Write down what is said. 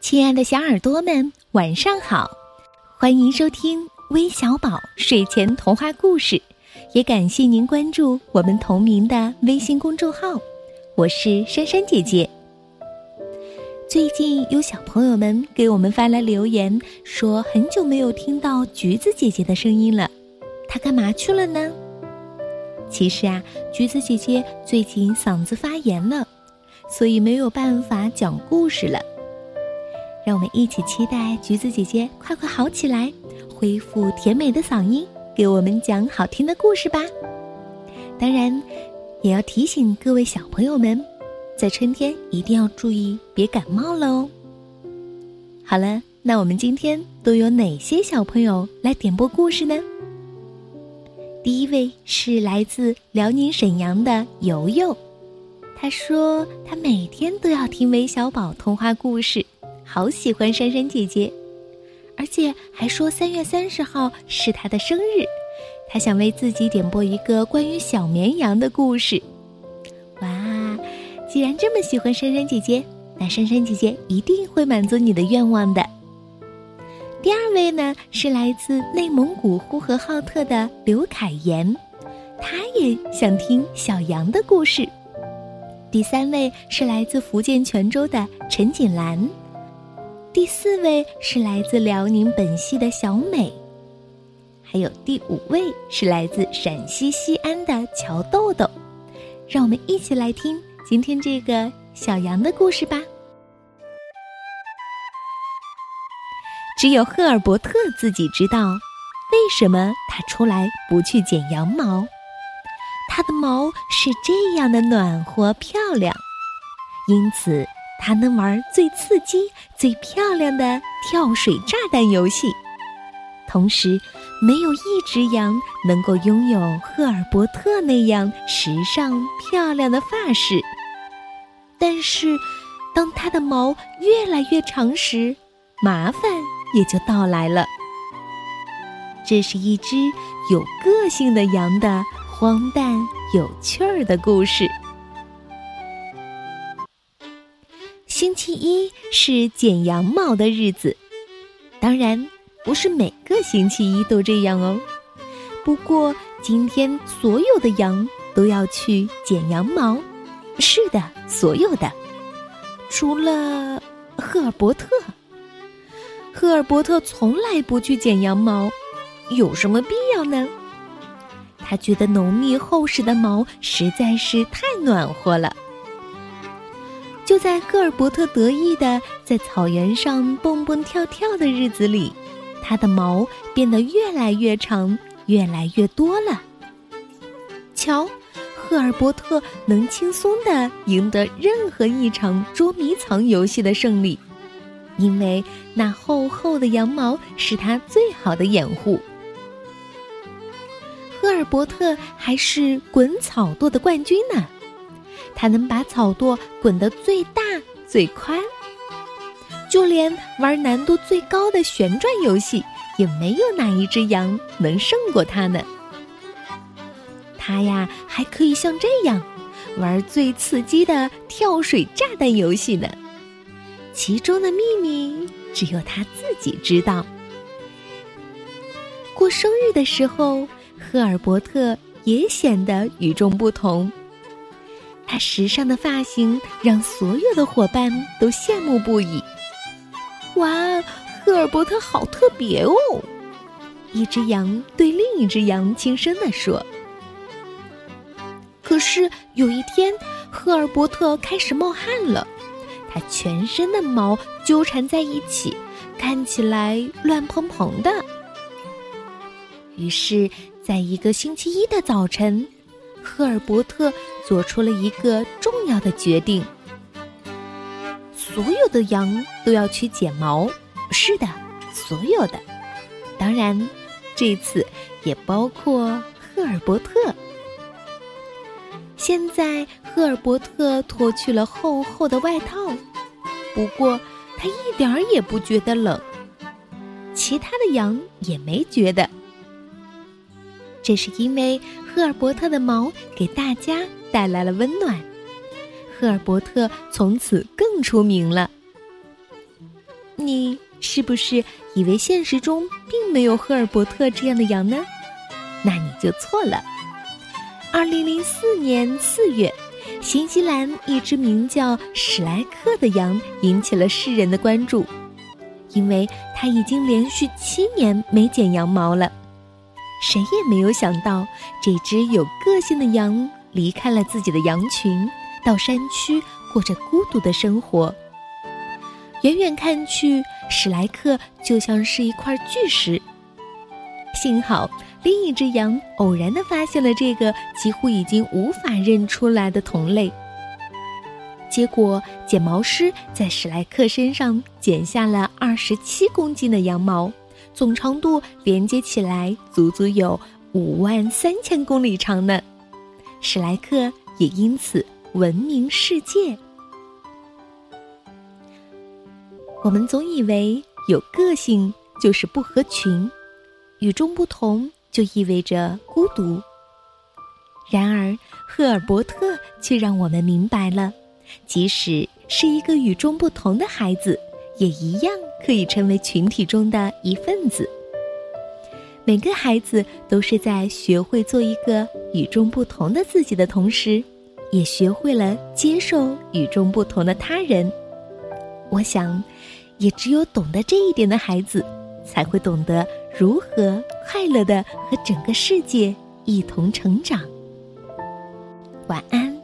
亲爱的小耳朵们，晚上好！欢迎收听微小宝睡前童话故事，也感谢您关注我们同名的微信公众号。我是珊珊姐姐。最近有小朋友们给我们发来留言，说很久没有听到橘子姐姐的声音了，她干嘛去了呢？其实啊，橘子姐姐最近嗓子发炎了，所以没有办法讲故事了。让我们一起期待橘子姐姐快快好起来，恢复甜美的嗓音，给我们讲好听的故事吧。当然，也要提醒各位小朋友们，在春天一定要注意别感冒了哦。好了，那我们今天都有哪些小朋友来点播故事呢？第一位是来自辽宁沈阳的游游，他说他每天都要听微小宝童话故事，好喜欢珊珊姐姐，而且还说3月30号是她的生日，她想为自己点播一个关于小绵羊的故事。哇，既然这么喜欢珊珊姐姐，那珊珊姐姐一定会满足你的愿望的。第二位呢，是来自内蒙古呼和浩特的刘凯岩，他也想听小羊的故事。第三位是来自福建泉州的陈锦兰，第四位是来自辽宁本溪的小美，还有第5位是来自陕西西安的乔豆豆。让我们一起来听今天这个小羊的故事吧。只有赫尔伯特自己知道，为什么他出来不去剪羊毛。他的毛是这样的暖和漂亮，因此他能玩最刺激、最漂亮的跳水炸弹游戏。同时，没有一只羊能够拥有赫尔伯特那样时尚漂亮的发饰。但是，当它的毛越来越长时，麻烦也就到来了。这是一只有个性的羊的荒诞有趣儿的故事。星期一是剪羊毛的日子，当然不是每个星期一都这样哦。不过今天所有的羊都要去剪羊毛，是的，所有的，除了赫尔伯特。赫尔伯特从来不去剪羊毛，有什么必要呢？他觉得浓密厚实的毛实在是太暖和了。就在赫尔伯特得意地在草原上蹦蹦跳跳的日子里，他的毛变得越来越长，越来越多了。瞧，赫尔伯特能轻松地赢得任何一场捉迷藏游戏的胜利，因为那厚厚的羊毛是他最好的掩护。赫尔伯特还是滚草垛的冠军呢，他能把草垛滚得最大最宽，就连玩难度最高的旋转游戏，也没有哪一只羊能胜过他呢。他呀，还可以像这样玩最刺激的跳水炸弹游戏呢，其中的秘密只有他自己知道。过生日的时候，赫尔伯特也显得与众不同。他时尚的发型让所有的伙伴都羡慕不已。哇，赫尔伯特好特别哦！一只羊对另一只羊轻声地说。可是有一天，赫尔伯特开始冒汗了，他全身的毛纠缠在一起，看起来乱蓬蓬的。于是在一个星期一的早晨，赫尔伯特做出了一个重要的决定。所有的羊都要去剪毛，是的，所有的，当然这次也包括赫尔伯特。现在赫尔伯特脱去了厚厚的外套，不过他一点儿也不觉得冷，其他的羊也没觉得。这是因为赫尔伯特的毛给大家带来了温暖，赫尔伯特从此更出名了。 你是不是以为现实中并没有赫尔伯特这样的羊呢？那你就错了。2004年4月，新西兰一只名叫史莱克的羊引起了世人的关注，因为它已经连续7年没剪羊毛了。谁也没有想到，这只有个性的羊离开了自己的羊群，到山区过着孤独的生活。远远看去，史莱克就像是一块巨石。幸好另一只羊偶然地发现了这个几乎已经无法认出来的同类，结果剪毛师在史莱克身上剪下了27公斤的羊毛，总长度连接起来足足有53000公里长呢。史莱克也因此闻名世界。我们总以为有个性就是不合群，与众不同就意味着孤独。然而赫尔伯特却让我们明白了，即使是一个与众不同的孩子，也一样可以成为群体中的一份子。每个孩子都是在学会做一个与众不同的自己的同时，也学会了接受与众不同的他人。我想，也只有懂得这一点的孩子，才会懂得如何快乐地和整个世界一同成长。晚安。